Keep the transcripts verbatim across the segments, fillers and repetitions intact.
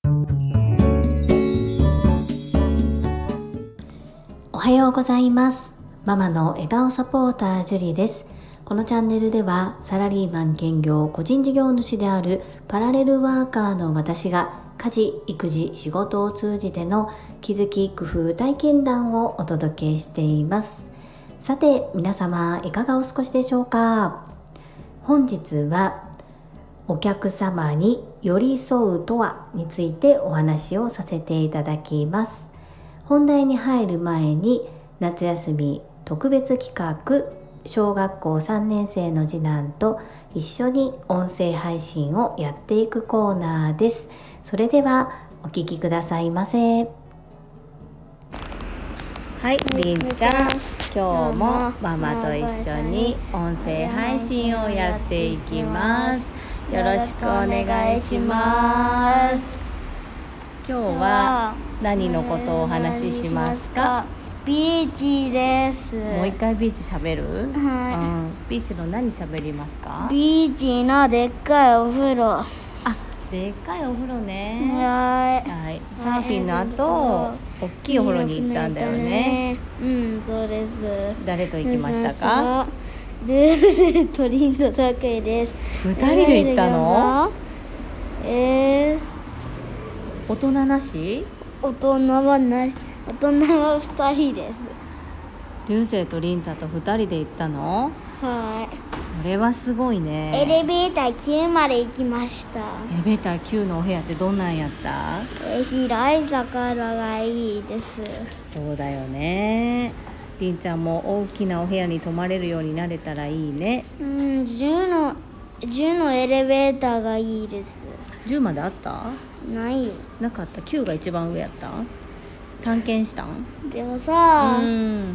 おはようございます。ママの笑顔サポータージュリです。このチャンネルではサラリーマン兼業個人事業主であるパラレルワーカーの私が家事、育児、仕事を通じての気づき、工夫、体験談をお届けしています。さて皆様いかがお過ごしでしょうか。本日はお客様に寄り添うとはについてお話をさせていただきます。本題に入る前に夏休み特別企画、小学校さんねん生の次男と一緒に音声配信をやっていくコーナーです。それではお聞きくださいませ。はい、りんちゃん、今日もママと一緒に音声配信をやっていきます。よろしくお願いします。今日は何のことをお話ししますか？ ビーチです。 もう一回ビーチしゃべる？ はい、うん、 ビーチの何しゃべりますか？ ビーチのでっかいお風呂。 あ、でっかいお風呂ね。 はい、 はい、サーフィンの後、大きいお風呂に行ったんだよね。 うん、そうです。 誰と行きましたか？ ルーセとリンドだけです。 二人で行ったの？ えー、 大人なし？ 大人はない。大人は二人です。 流星とリンタと二人で行ったの？ はい。 それはすごいね。 エレベーターきゅうまで行きました。 エレベーターきゅうのお部屋ってどんなんやった？ え広いところがいいです。 そうだよね。りんちゃんも大きなお部屋に泊まれるようになれたらいいね。 うん、じゅうのじゅうのエレベーターがいいです。 じゅうまであった？ ないよ。 なかった。きゅうが一番上やった？探検したん？ でもさ、 うん、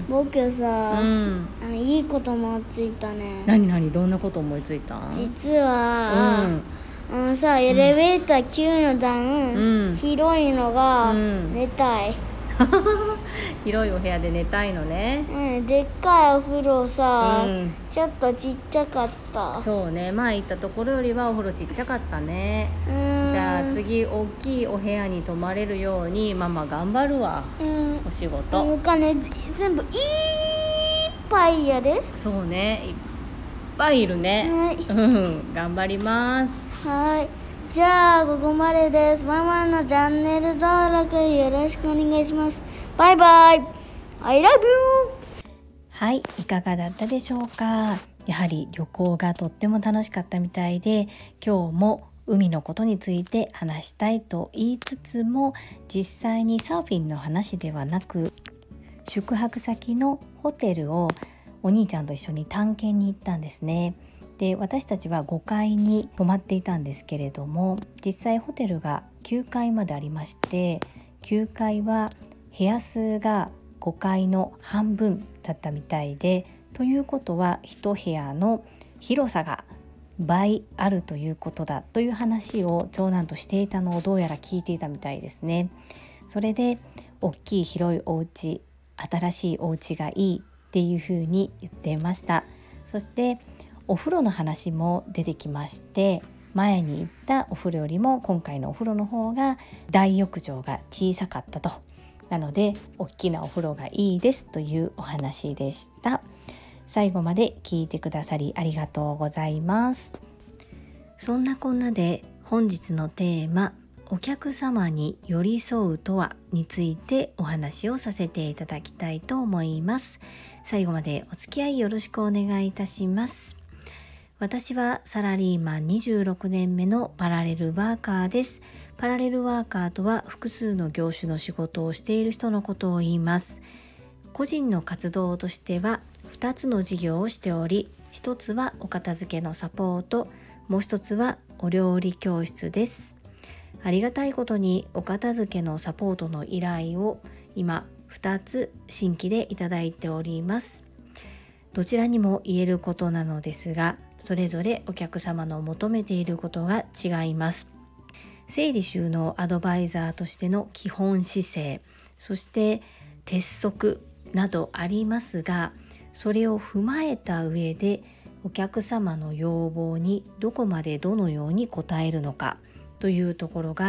僕さ、 うん、 いいこと思いついたね。 何何どんなこと思いついたん？ 実は、 うん、 あのさ、エレベーターきゅうの段、 うん、 広いのが寝たい、 うん広いお部屋で寝たいのね。 うん、でっかいお風呂さ、うん、ちょっとちっちゃかった。 そうね、前行ったところよりはお風呂ちっちゃかったね。うん、じゃあ次大きいお部屋に泊まれるようにママ頑張るわ、うん、お仕事。 お金全部いっぱいやで。 そうね、いっぱいいるね。はい、うん、頑張ります。 はい、じゃあここまでです。ママのチャンネル登録よろしくお願いします。バイバイ。 I love you。 はい、いかがだったでしょうか。やはり旅行がとっても楽しかったみたいで、今日も海のことについて話したいと言いつつも、実際にサーフィンの話ではなく、宿泊先のホテルをお兄ちゃんと一緒に探検に行ったんですね。で、私たちはごかいに泊まっていたんですけれども、実際ホテルがきゅうかいまでありまして、きゅうかいは部屋数がごかいの半分だったみたいで、ということはいち部屋の広さが倍あるということだという話を長男としていたのをどうやら聞いていたみたいですね。それで大きい広いお家、新しいお家がいいっていうふうに言っていました。そしてお風呂の話も出てきまして、前に行ったお風呂よりも今回のお風呂の方が大浴場が小さかったと。なので大きなお風呂がいいですというお話でした。最後まで聞いてくださりありがとうございます。そんなこんなで本日のテーマ、お客様に寄り添うとはについてお話をさせていただきたいと思います。最後までお付き合いよろしくお願いいたします。私はサラリーマンにじゅうろくねんめのパラレルワーカーです。パラレルワーカーとは複数の業種の仕事をしている人のことを言います。個人の活動としてはふたつの事業をしており、ひとつはお片付けのサポート、もうひとつはお料理教室です。ありがたいことにお片付けのサポートの依頼を今ふたつ新規でいただいております。どちらにも言えることなのですが、それぞれお客様の求めていることが違います。整理収納アドバイザーとしての基本姿勢、そして鉄則などありますが、それを踏まえた上でお客様の要望にどこまでどのように応えるのかというところが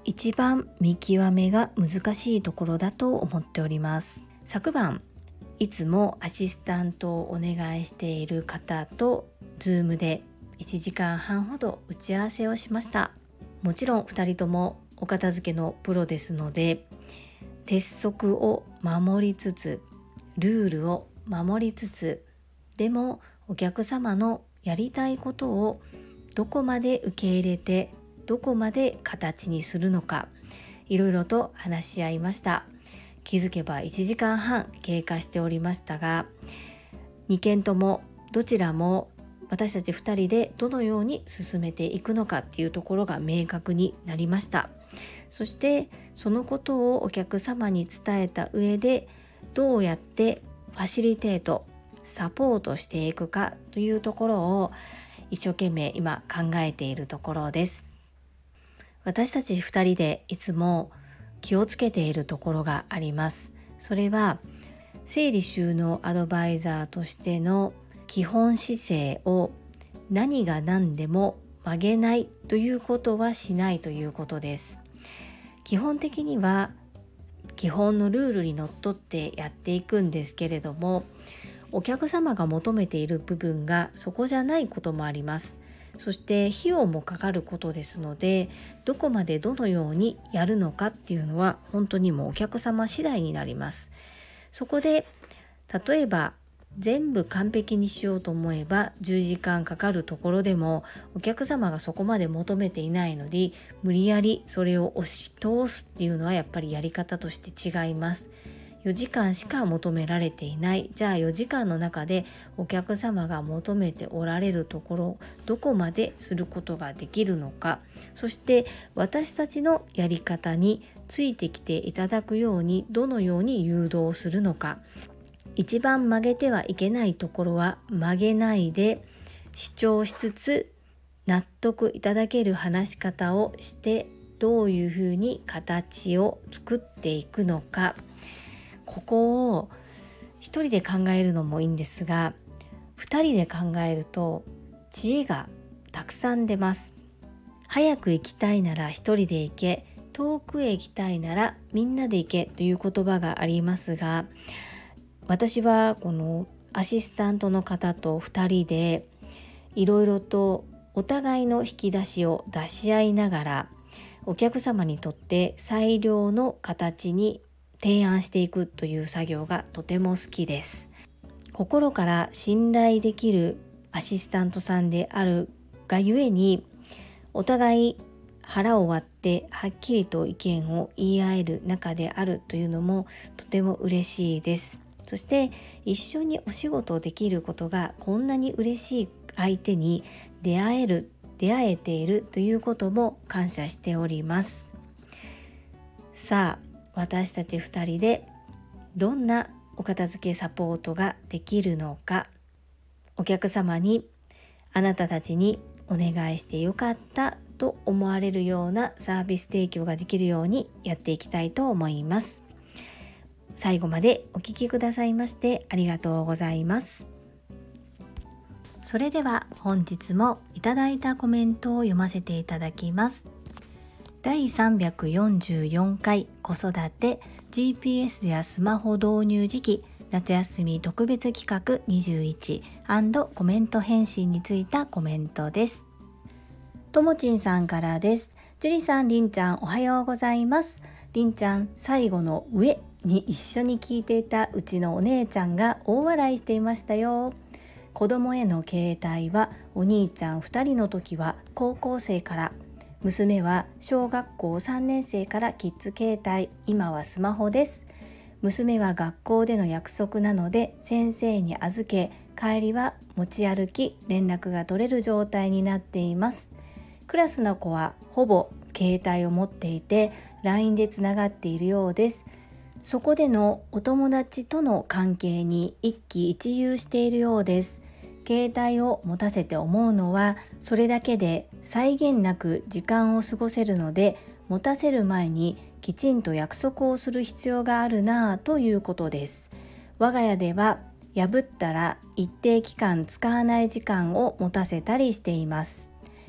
一番見極めが難しいところだと思っております。昨晩いつもアシスタントをお願いしている方と Zoom でいちじかんはんほど打ち合わせをしました。もちろんふたりともお片付けのプロですので、鉄則を守りつつ、ルールを守りつつ、でもお客様のやりたいことをどこまで受け入れて、どこまで形にするのか、いろいろと話し合いました。気づけばいちじかんはん経過しておりましたが、にけんともどちらも私たちふたりでどのように進めていくのかっていうところが明確になりました。そしてそのことをお客様に伝えた上で、どうやってファシリテート、サポートしていくかというところを一生懸命今考えているところです。私たちふたりでいつも気をつけているところがあります。それは整理収納アドバイザーとしての基本姿勢を、何が何でも曲げないということはしないということです。基本的には基本のルールにのっとってやっていくんですけれども、お客様が求めている部分がそこじゃないこともあります。そして費用もかかることですので、どこまでどのようにやるのかっていうのは本当にもうお客様次第になります。そこで例えば全部完璧にしようと思えばじゅうじかんかかるところでも、お客様がそこまで求めていないので、無理やりそれを押し通すっていうのはやっぱりやり方として違います。よじかんしか求められていない。じゃあよじかんの中でお客様が求めておられるところ、どこまですることができるのか、そして私たちのやり方についてきていただくようにどのように誘導するのか、一番曲げてはいけないところは曲げないで主張しつつ、納得いただける話し方をして、どういうふうに形を作っていくのか、ここを一人で考えるのもいいんですが、二人で考えると知恵がたくさん出ます。早く行きたいなら一人で行け、遠くへ行きたいならみんなで行けという言葉がありますが、私はこのアシスタントの方と二人でいろいろとお互いの引き出しを出し合いながら、お客様にとって最良の形に提案していくという作業がとても好きです。心から信頼できるアシスタントさんであるがゆえに、お互い腹を割ってはっきりと意見を言い合える仲であるというのもとても嬉しいです。そして一緒にお仕事をできることがこんなに嬉しい相手に出会える、出会えているということも感謝しております。さあ、私たちふたりでどんなお片付けサポートができるのか、お客様にあなたたちにお願いしてよかったと思われるようなサービス提供ができるようにやっていきたいと思います。最後までお聞きくださいましてありがとうございます。それでは本日もいただいたコメントを読ませていただきます。だいさんびゃくよんじゅうよんかい子育て ジーピーエス やスマホ導入時期夏休み特別企画にじゅういち& コメント返信についたコメントです。ともちんさんからです。ジュリさん、りんちゃんおはようございます。りんちゃん、最後の上に一緒に聞いていたうちのお姉ちゃんが大笑いしていましたよ。子供への携帯はお兄ちゃんふたりの時は高校生から、娘は小学校さんねん生からキッズ携帯、今はスマホです。娘は学校での約束なので先生に預け、帰りは持ち歩き連絡が取れる状態になっています。クラスの子はほぼ携帯を持っていて ライン でつながっているようです。そこでのお友達との関係に一喜一憂しているようです。携帯を持たせて思うのは、それだけで際限なく時間を過ごせるので、持たせる前にきちんと約束をする必要があるなぁということです。我が家では破ったら一定期間使わない時間を持たせたりしています。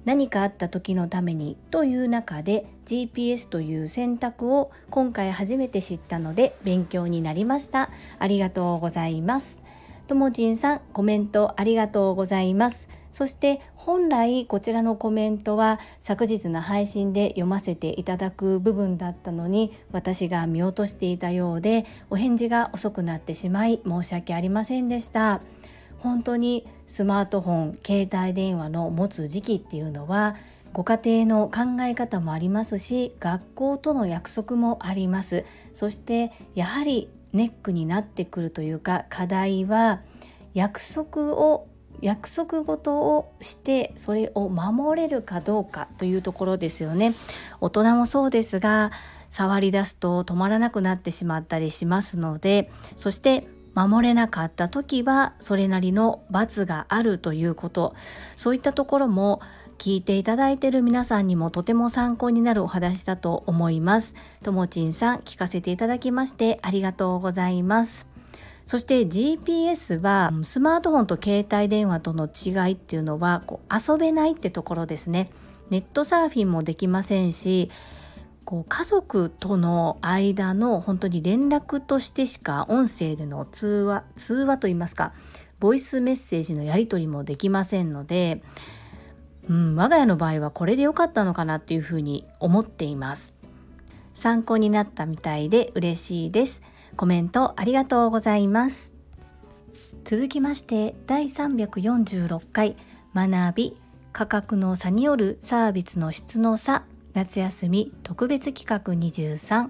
何かあった時のためにという中で ジーピーエス という選択を今回初めて知ったので勉強になりました。ありがとうございます。ともちんさん、コメントありがとうございます。そして本来こちらのコメントは昨日の配信で読ませていただく部分だったのに、私が見落としていたようでお返事が遅くなってしまい申し訳ありませんでした。本当にスマートフォン、携帯電話の持つ時期っていうのはご家庭の考え方もありますし、学校との約束もあります。そしてやはりネックになってくるというか、課題は約束を約束事をしてそれを守れるかどうかというところですよね。大人もそうですが、触り出すと止まらなくなってしまったりしますので、そして守れなかった時はそれなりの罰があるということ、そういったところも聞いていただいている皆さんにもとても参考になるお話だと思います。ともちんさん、聞かせていただきましてありがとうございます。そして ジーピーエス はスマートフォンと携帯電話との違いっていうのはこう遊べないってところですね。ネットサーフィンもできませんし、こう家族との間の本当に連絡としてしか音声での通話通話といいますか、ボイスメッセージのやり取りもできませんので、うん、我が家の場合はこれで良かったのかなっていうふうに思っています。参考になったみたいで嬉しいです。コメントありがとうございます。続きましてだいさんびゃくよんじゅうろっかい学び価格の差によるサービスの質の差夏休み特別企画にじゅうさん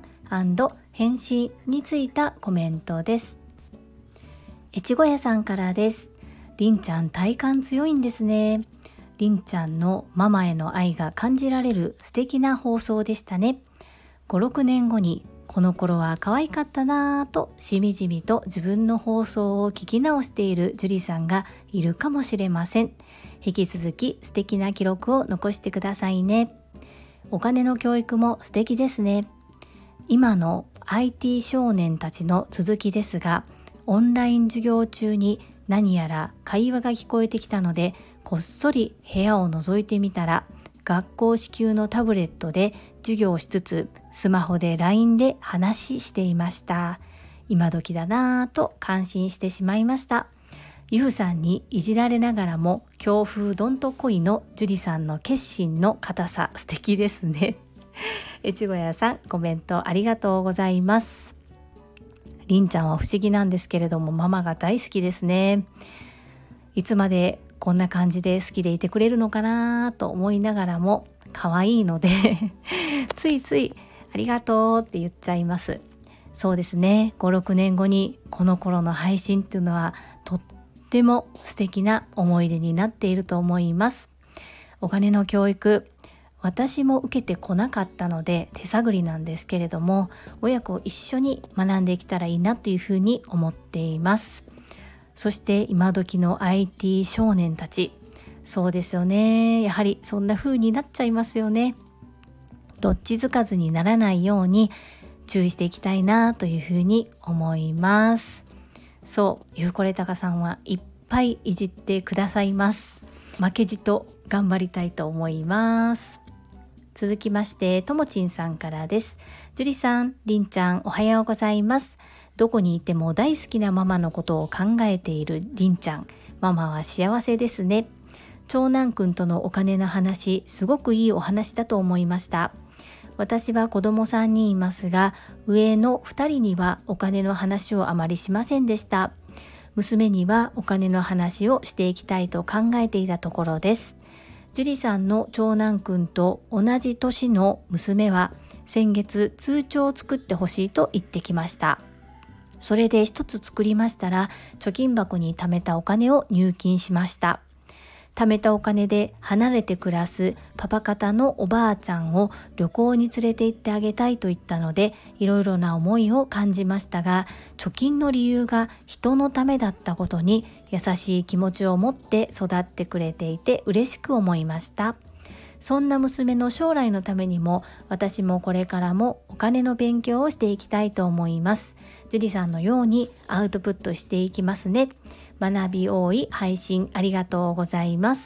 & 返信についたコメントです。越後屋さんからです。りんちゃん体感強いんですね。りんちゃんのママへの愛が感じられる素敵な放送でしたね。ご、ろくねんごにこの頃は可愛かったなぁとしみじみと自分の放送を聞き直している樹里さんがいるかもしれません。引き続き素敵な記録を残してくださいね。お金の教育も素敵ですね。今の アイティー 少年たちの続きですが、オンライン授業中に何やら会話が聞こえてきたので、こっそり部屋を覗いてみたら、学校支給のタブレットで授業をしつつ、スマホで ライン で話していました。今時だなぁと感心してしまいました。ゆうさんにいじられながらも強風どんと恋の樹里さんの決心の固さ素敵ですね。越後屋さん、コメントありがとうございます。りんちゃんは不思議なんですけれどもママが大好きですね。いつまでこんな感じで好きでいてくれるのかなと思いながらも可愛いのでついついありがとうって言っちゃいます。そうですね、ご、ろくねんごにこの頃の配信っていうのはとっても素敵な思い出になっていると思います。お金の教育、私も受けてこなかったので手探りなんですけれども、親子一緒に学んでいけたらいいなというふうに思っています。そして今時の アイティー 少年たち、そうですよね、やはりそんな風になっちゃいますよね。どっちつかずにならないように注意していきたいなというふうに思います。そう、ゆうこれたかさんはいっぱいいじってくださいます。負けじと頑張りたいと思います。続きましてともちんさんからです。樹里さん、りんちゃん、おはようございます。どこにいても大好きなママのことを考えているりんちゃん、ママは幸せですね。長男くんとのお金の話、すごくいいお話だと思いました。私は子供さんにんいますが、上のふたりにはお金の話をあまりしませんでした。娘にはお金の話をしていきたいと考えていたところです。樹里さんの長男くんと同じ年の娘は先月通帳を作ってほしいと言ってきました。それで一つ作りましたら、貯金箱に貯めたお金を入金しました。貯めたお金で離れて暮らすパパ方のおばあちゃんを旅行に連れて行ってあげたいと言ったので、いろいろな思いを感じましたが、貯金の理由が人のためだったことに優しい気持ちを持って育ってくれていて嬉しく思いました。そんな娘の将来のためにも、私もこれからもお金の勉強をしていきたいと思います。樹里さんのようにアウトプットしていきますね。学び多い配信ありがとうございます。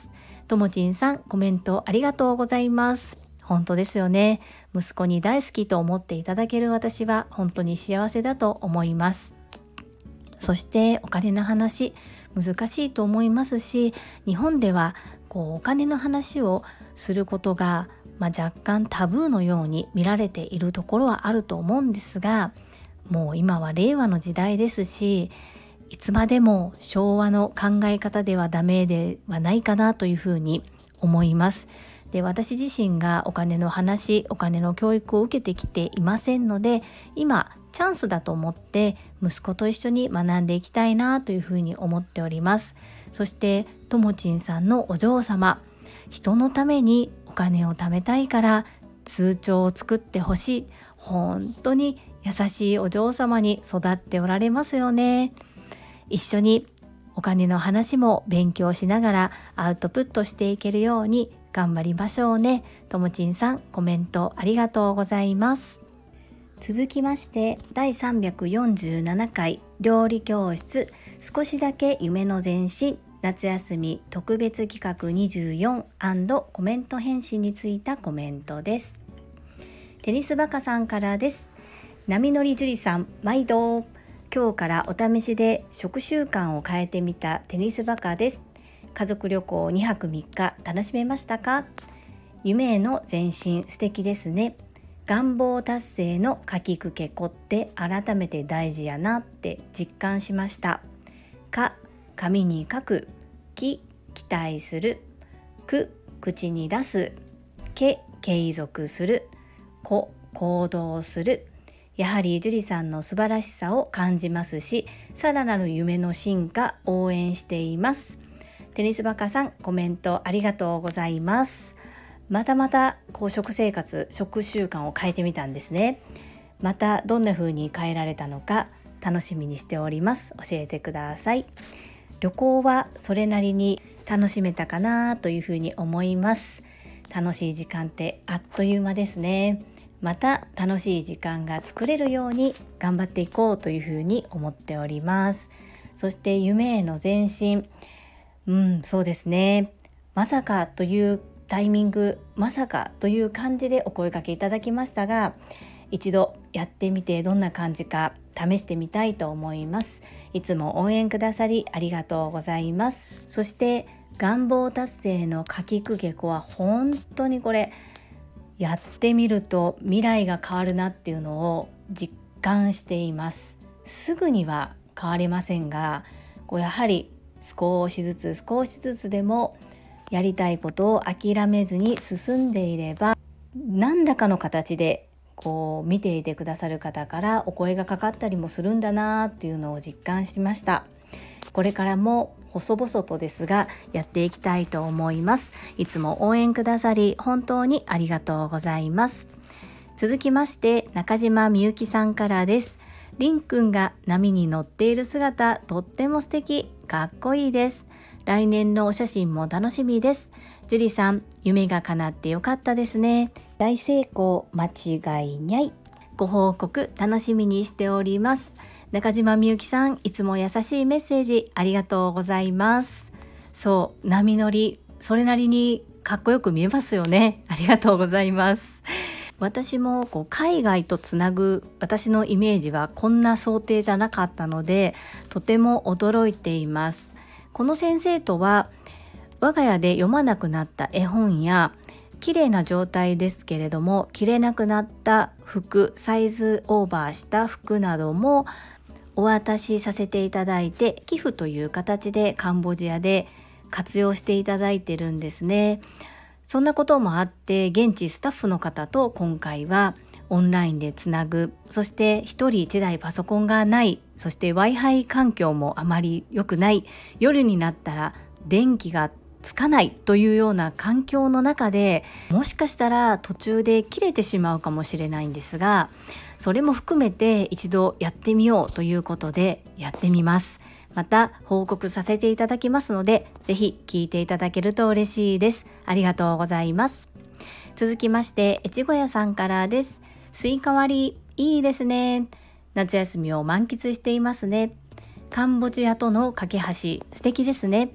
ともちんさん、コメントありがとうございます。本当ですよね。息子に大好きと思っていただける私は本当に幸せだと思います。そしてお金の話、難しいと思いますし、日本ではこうお金の話をすることが、まあ、若干タブーのように見られているところはあると思うんですが、もう今は令和の時代ですし、いつまでも昭和の考え方ではダメではないかなというふうに思います。で、私自身がお金の話、お金の教育を受けてきていませんので、今チャンスだと思って息子と一緒に学んでいきたいなというふうに思っております。そしてともちんさんのお嬢様、人のためにお金を貯めたいから通帳を作ってほしい。本当に優しいお嬢様に育っておられますよね。一緒にお金の話も勉強しながらアウトプットしていけるように頑張りましょうね。ともちんさん、コメントありがとうございます。続きましてだいさんびゃくよんじゅうななかい料理教室少しだけ夢の前進夏休み特別企画にじゅうよん& コメント返信についたコメントです。テニスバカさんからです。波乗り樹里さん、毎度。今日からお試しで食習慣を変えてみたテニスバカです。家族旅行にはくみっか楽しめましたか？夢への前進素敵ですね。願望達成の書きくけこって改めて大事やなって実感しました。か、紙に書く。き、期待する。く、口に出す。け、継続する。こ、行動する。やはり樹里さんの素晴らしさを感じますし、さらなる夢の進化応援しています。テニスバカさん、コメントありがとうございます。またまたこう食生活、食習慣を変えてみたんですね。またどんな風に変えられたのか楽しみにしております。教えてください。旅行はそれなりに楽しめたかなという風に思います。楽しい時間ってあっという間ですね。また楽しい時間が作れるように頑張っていこうというふうに思っております。そして夢への前進、うん、そうですね。まさかというタイミング、まさかという感じでお声掛けいただきましたが、一度やってみてどんな感じか試してみたいと思います。いつも応援くださりありがとうございます。そして願望達成のかきくけこは本当にこれやってみると未来が変わるなっていうのを実感しています。すぐには変わりませんが、こうやはり少しずつ少しずつでもやりたいことを諦めずに進んでいれば、何らかの形でこう見ていてくださる方からお声がかかったりもするんだなっていうのを実感しました。これからも細々とですがやっていきたいと思います。いつも応援くださり本当にありがとうございます。続きまして中島みゆきさんからです。りんくんが波に乗っている姿とっても素敵、かっこいいです。来年のお写真も楽しみです。樹里さん、夢が叶ってよかったですね。大成功間違いにゃい。ご報告楽しみにしております。中島みゆきさん、いつも優しいメッセージありがとうございます。そう、波乗り、それなりにかっこよく見えますよね。ありがとうございます。私もこう海外とつなぐ私のイメージはこんな想定じゃなかったので、とても驚いています。この先生とは我が家で読まなくなった絵本や綺麗な状態ですけれども着れなくなった服、サイズオーバーした服などもお渡しさせていただいて、寄付という形でカンボジアで活用していただいてるんですね。そんなこともあって現地スタッフの方と今回はオンラインでつなぐ、そして一人一台パソコンがない、そして Wi-Fi 環境もあまり良くない、夜になったら電気がつかないというような環境の中で、もしかしたら途中で切れてしまうかもしれないんですが、それも含めて一度やってみようということでやってみます。また報告させていただきますので、ぜひ聞いていただけると嬉しいです。ありがとうございます。続きまして越後屋さんからです。スイカ割りいいですね。夏休みを満喫していますね。カンボジアとの架け橋素敵ですね。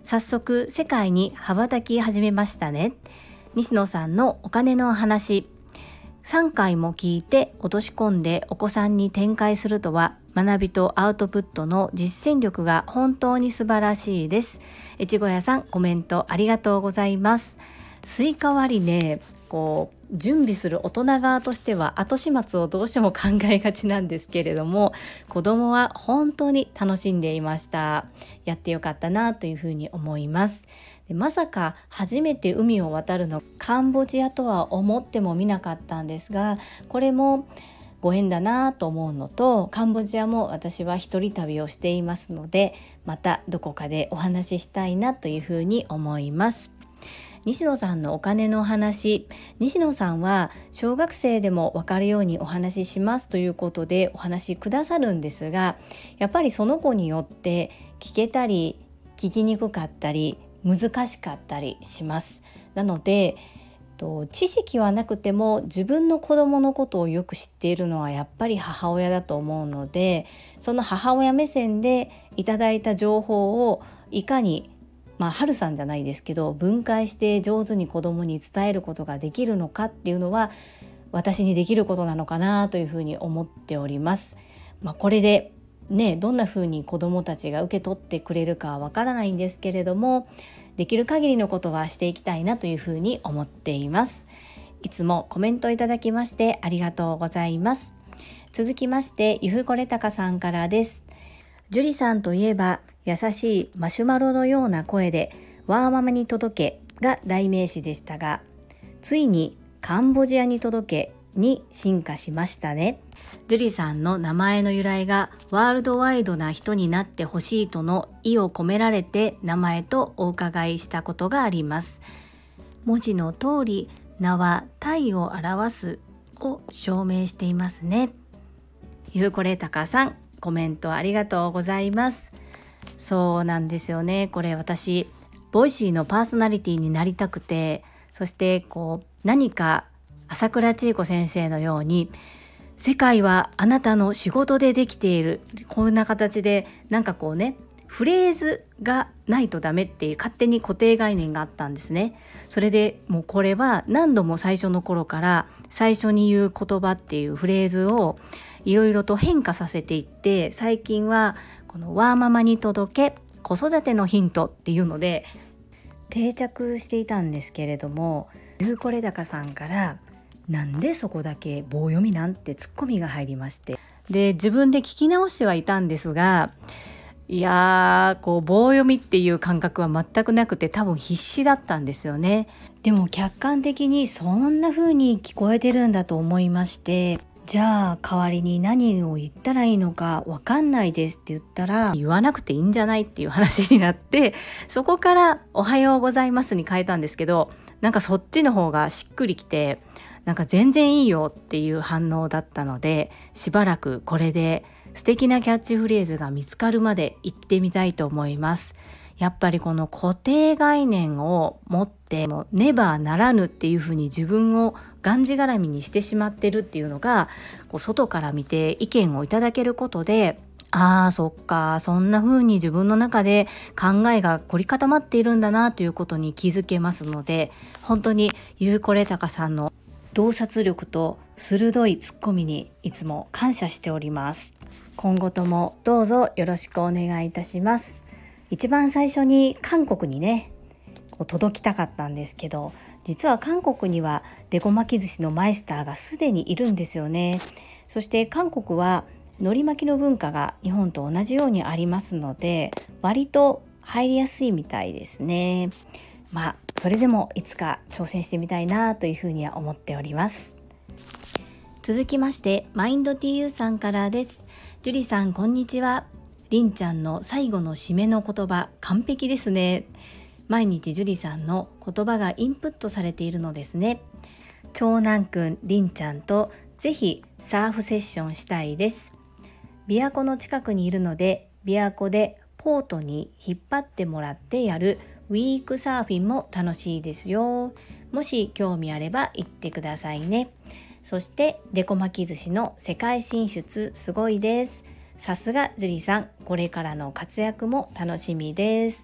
早速世界に羽ばたき始めましたね。西野さんのお金の話、さんかいも聞いて落とし込んでお子さんに展開するとは、学びとアウトプットの実践力が本当に素晴らしいです。越後屋さん、コメントありがとうございます。スイカ割りね、こう準備する大人側としては後始末をどうしても考えがちなんですけれども、子供は本当に楽しんでいました。やってよかったなというふうに思います。でまさか初めて海を渡るのカンボジアとは思ってもみなかったんですが、これもご縁だなと思うのと、カンボジアも私は一人旅をしていますので、またどこかでお話ししたいなというふうに思います。西野さんのお金の話、西野さんは小学生でも分かるようにお話ししますということでお話しくださるんですが、やっぱりその子によって聞けたり聞きにくかったり難しかったりします。なので知識はなくても自分の子供のことをよく知っているのはやっぱり母親だと思うので、その母親目線でいただいた情報をいかにまあ、春さんじゃないですけど分解して上手に子供に伝えることができるのかっていうのは私にできることなのかなというふうに思っております。まあ、これでね、どんなふうに子供たちが受け取ってくれるかはわからないんですけれども、できる限りのことはしていきたいなというふうに思っています。いつもコメントいただきましてありがとうございます。続きましてゆふこれたかさんからです。ジュリさんといえば優しいマシュマロのような声でワーママに届けが代名詞でしたが、ついにカンボジアに届けに進化しましたね。ジュリさんの名前の由来がワールドワイドな人になってほしいとの意を込められて名前とお伺いしたことがあります。文字の通り名は体を表すを証明していますね。ゆうこれたかさん、コメントありがとうございます。そうなんですよね。これ私ボイシーのパーソナリティになりたくて、そしてこう何か朝倉千恵子先生のように世界はあなたの仕事でできている、こんな形でなんかこうね、フレーズがないとダメっていう勝手に固定概念があったんですね。それでもうこれは何度も最初の頃から最初に言う言葉っていうフレーズをいろいろと変化させていって、最近はこのワーママに届け子育てのヒントっていうので定着していたんですけれども、ゆうこれだかさんからなんでそこだけ棒読みなんてツッコミが入りまして、で自分で聞き直してはいたんですが、いやーこう棒読みっていう感覚は全くなくて、多分必死だったんですよね。でも客観的にそんな風に聞こえてるんだと思いまして、じゃあ代わりに何を言ったらいいのかわかんないですって言ったら、言わなくていいんじゃないっていう話になって、そこからおはようございますに変えたんですけど、なんかそっちの方がしっくりきて、なんか全然いいよっていう反応だったので、しばらくこれで素敵なキャッチフレーズが見つかるまで行ってみたいと思います。やっぱりこの固定概念を持ってもねばならぬっていうふうに自分をがんじがらみにしてしまってるっていうのが、こう外から見て意見をいただけることで、ああそっか、そんな風に自分の中で考えが凝り固まっているんだなということに気づけますので、本当にゆうこれたかさんの洞察力と鋭いツッコミにいつも感謝しております。今後ともどうぞよろしくお願いいたします。一番最初に韓国にねこう届きたかったんですけど、実は韓国にはデコ巻き寿司のマイスターがすでにいるんですよね。そして韓国は海苔巻きの文化が日本と同じようにありますので、割と入りやすいみたいですね。まあそれでもいつか挑戦してみたいなというふうには思っております。続きましてマインド ティーユー さんからです。ジュリさんこんにちは。りんちゃんの最後の締めの言葉完璧ですね。毎日ジュリさんの言葉がインプットされているのですね。長男くんりんちゃんとぜひサーフセッションしたいです。琵琶湖の近くにいるので、琵琶湖でポートに引っ張ってもらってやるウィークサーフィンも楽しいですよ。もし興味あれば行ってくださいね。そしてデコ巻き寿司の世界進出すごいです。さすがジュリさん、これからの活躍も楽しみです。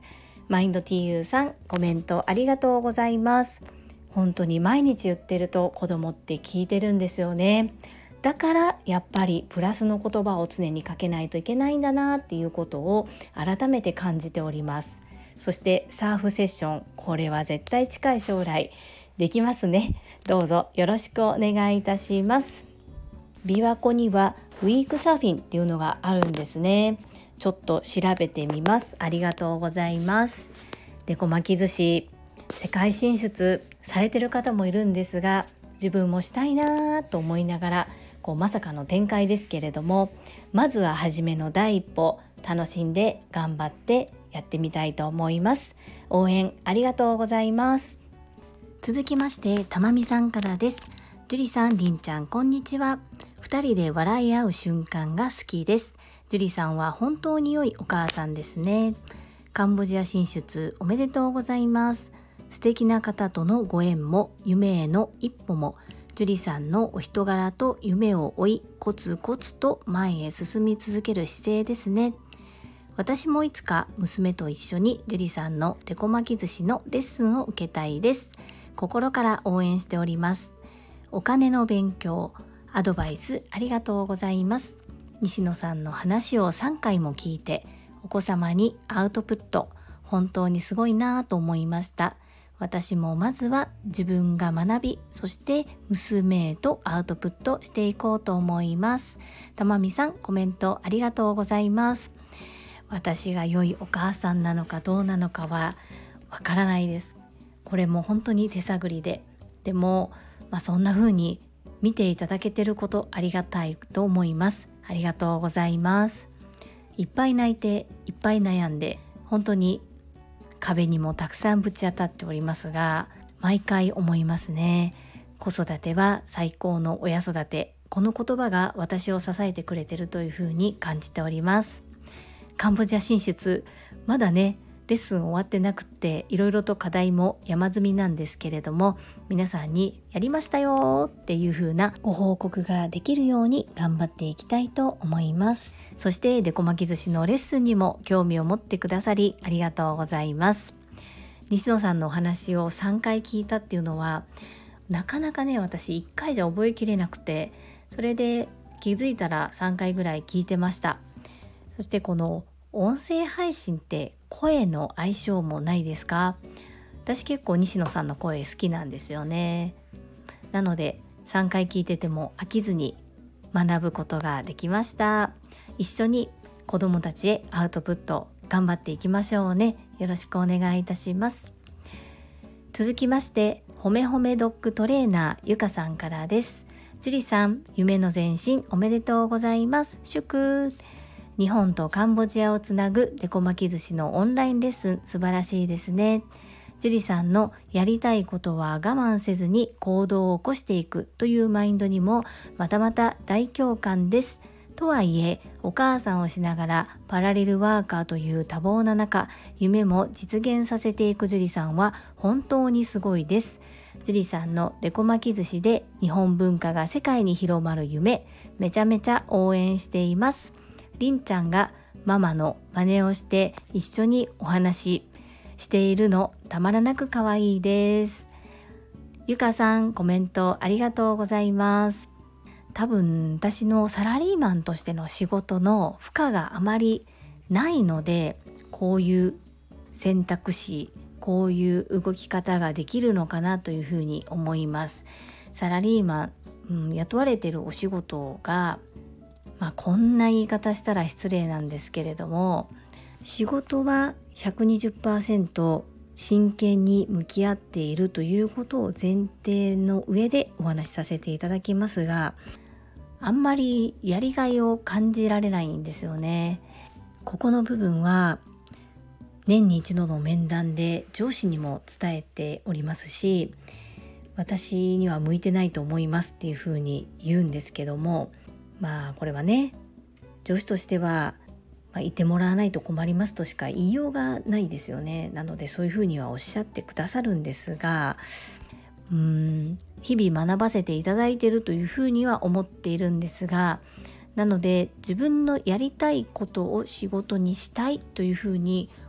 マインド ティーユー さん、コメントありがとうございます。本当に毎日言ってると子供って聞いてるんですよね。だからやっぱりプラスの言葉を常にかけないといけないんだなっていうことを改めて感じております。そしてサーフセッション、これは絶対近い将来できますね。どうぞよろしくお願いいたします。琵琶湖にはウィークサーフィンっていうのがあるんですね。ちょっと調べてみます。ありがとうございます。でこ巻き寿司世界進出されてる方もいるんですが、自分もしたいなと思いながらこうまさかの展開ですけれども、まずは初めの第一歩、楽しんで頑張ってやってみたいと思います。応援ありがとうございます。続きましてたまみさんからです。ジュリさん、りんちゃん、こんにちは。二人で笑い合う瞬間が好きです。ジュリさんは本当に良いお母さんですね。カンボジア進出おめでとうございます。素敵な方とのご縁も夢への一歩も、ジュリさんのお人柄と夢を追いコツコツと前へ進み続ける姿勢ですね。私もいつか娘と一緒にジュリさんのデコ巻き寿司のレッスンを受けたいです。心から応援しております。お金の勉強、アドバイスありがとうございます。西野さんの話をさんかいも聞いて、お子様にアウトプット、本当にすごいなぁと思いました。私もまずは自分が学び、そして娘へとアウトプットしていこうと思います。たまみさん、コメントありがとうございます。私が良いお母さんなのかどうなのかはわからないです。これも本当に手探りで、でも、まあ、そんな風に見ていただけてることありがたいと思います。ありがとうございます。いっぱい泣いていっぱい悩んで、本当に壁にもたくさんぶち当たっておりますが、毎回思いますね。子育ては最高の親育て、この言葉が私を支えてくれてるというふうに感じております。カンボジア進出、まだねレッスン終わってなくって、いろいろと課題も山積みなんですけれども、皆さんにやりましたよっていう風なご報告ができるように頑張っていきたいと思います。そしてデコ巻き寿司のレッスンにも興味を持ってくださりありがとうございます。西野さんのお話をさんかい聞いたっていうのは、なかなかね私いっかいじゃ覚えきれなくて、それで気づいたらさんかいぐらい聞いてました。そしてこの音声配信って声の相性もないですか？私結構西野さんの声好きなんですよね。なのでさんかい聞いてても飽きずに学ぶことができました。一緒に子どもたちへアウトプット頑張っていきましょうね。よろしくお願いいたします。続きましてほめほめドッグトレーナーゆかさんからです。ジュリさん、夢の前進おめでとうございます。祝。日本とカンボジアをつなぐデコ巻き寿司のオンラインレッスン、素晴らしいですね。ジュリさんのやりたいことは我慢せずに行動を起こしていくというマインドにもまたまた大共感です。とはいえお母さんをしながらパラレルワーカーという多忙な中、夢も実現させていくジュリさんは本当にすごいです。ジュリさんのデコ巻き寿司で日本文化が世界に広まる夢、めちゃめちゃ応援しています。りんちゃんがママの真似をして一緒にお話ししているのたまらなく可愛いです。ゆかさん、コメントありがとうございます。多分私のサラリーマンとしての仕事の負荷があまりないので、こういう選択肢、こういう動き方ができるのかなというふうに思います。サラリーマン、うん、雇われているお仕事がまあ、こんな言い方したら失礼なんですけれども、仕事は ひゃくにじゅっパーセント 真剣に向き合っているということを前提の上でお話しさせていただきますが、あんまりやりがいを感じられないんですよね。ここの部分は年に一度の面談で上司にも伝えておりますし、私には向いてないと思いますっていうふうに言うんですけども、まあこれはね、上司としては、まあ、いてもらわないと困りますとしか言いようがないですよね。なのでそういうふうにはおっしゃってくださるんですが、うーん日々学ばせていただいているというふうには思っているんですが、なので自分のやりたいことを仕事にしたいというふうに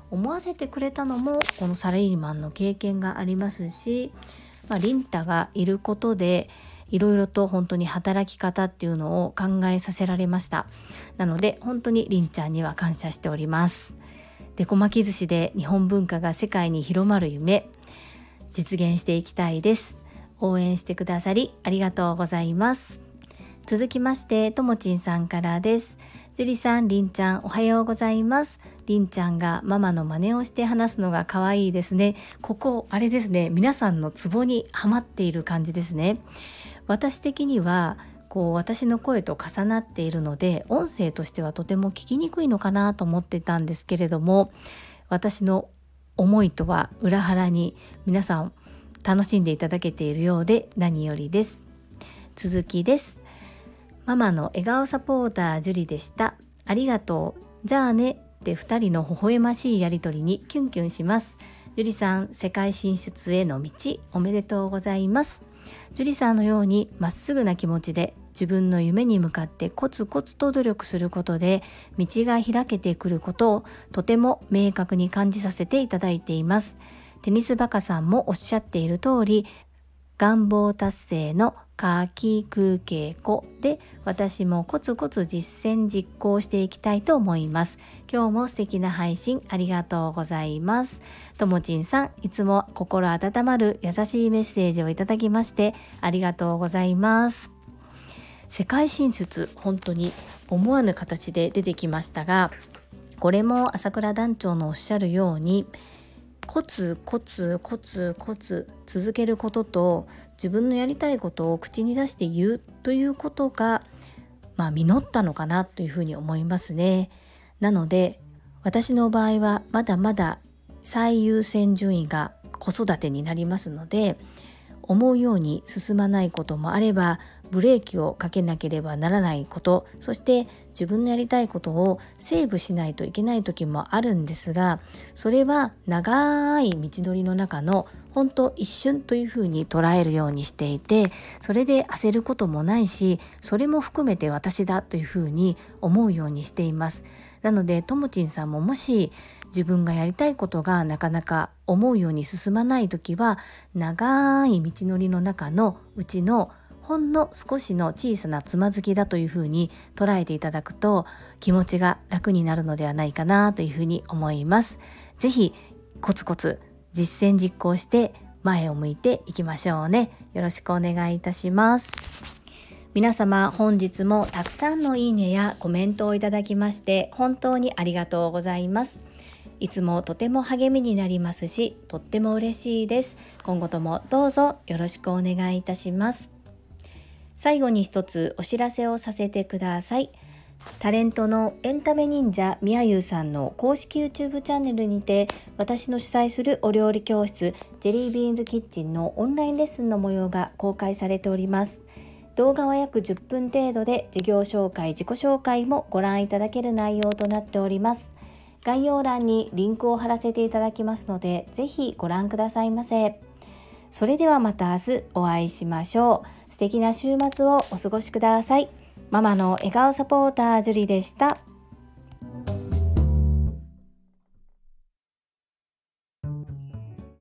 思わせてくれたのもこのサラリーマンの経験がありますし、まあ、リンタがいることでいろいろと本当に働き方っていうのを考えさせられました。なので本当にリンちゃんには感謝しております。でこ巻き寿司で日本文化が世界に広まる夢、実現していきたいです。応援してくださりありがとうございます。続きましてともちんさんからです。ジュリさん、りんちゃんおはようございます。りんちゃんがママの真似をして話すのが可愛いですね。ここあれですね、皆さんのツボにはまっている感じですね。私的にはこう私の声と重なっているので音声としてはとても聞きにくいのかなと思ってたんですけれども、私の思いとは裏腹に皆さん楽しんでいただけているようで何よりです。続きです。ママの笑顔サポータージュリでした。ありがとう。じゃあねってふたりの微笑ましいやりとりにキュンキュンします。ジュリさん、世界進出への道おめでとうございます。ジュリさんのようにまっすぐな気持ちで自分の夢に向かってコツコツと努力することで道が開けてくることをとても明確に感じさせていただいています。テニスバカさんもおっしゃっている通り、願望達成の夏季空稽古で私もコツコツ実践実行していきたいと思います。今日も素敵な配信ありがとうございます。ともちんさん、いつも心温まる優しいメッセージをいただきましてありがとうございます。世界進出、本当に思わぬ形で出てきましたが、これも朝倉団長のおっしゃるようにコツコツコツコツ続けることと自分のやりたいことを口に出して言うということが、まあ、実ったのかなというふうに思いますね。なので私の場合はまだまだ最優先順位が子育てになりますので、思うように進まないこともあればブレーキをかけなければならないこと、そして自分のやりたいことをセーブしないといけない時もあるんですが、それは長い道のりの中の本当一瞬というふうに捉えるようにしていて、それで焦ることもないし、それも含めて私だというふうに思うようにしています。なのでともちんさんももし自分がやりたいことがなかなか思うように進まない時は、長い道のりの中のうちのほんの少しの小さなつまずきだというふうに捉えていただくと気持ちが楽になるのではないかなというふうに思います。ぜひコツコツ実践実行して前を向いていきましょうね。よろしくお願いいたします。皆様、本日もたくさんのいいねやコメントをいただきまして本当にありがとうございます。いつもとても励みになりますし、とっても嬉しいです。今後ともどうぞよろしくお願いいたします。最後に一つお知らせをさせてください。タレントのエンタメ忍者みやゆうさんの公式 YouTube チャンネルにて、私の主催するお料理教室ジェリービーンズキッチンのオンラインレッスンの模様が公開されております。動画は約じゅっぷん程度で、事業紹介、自己紹介もご覧いただける内容となっております。概要欄にリンクを貼らせていただきますので、ぜひご覧くださいませ。それではまた明日お会いしましょう。素敵な週末をお過ごしください。ママの笑顔サポータージュリでした。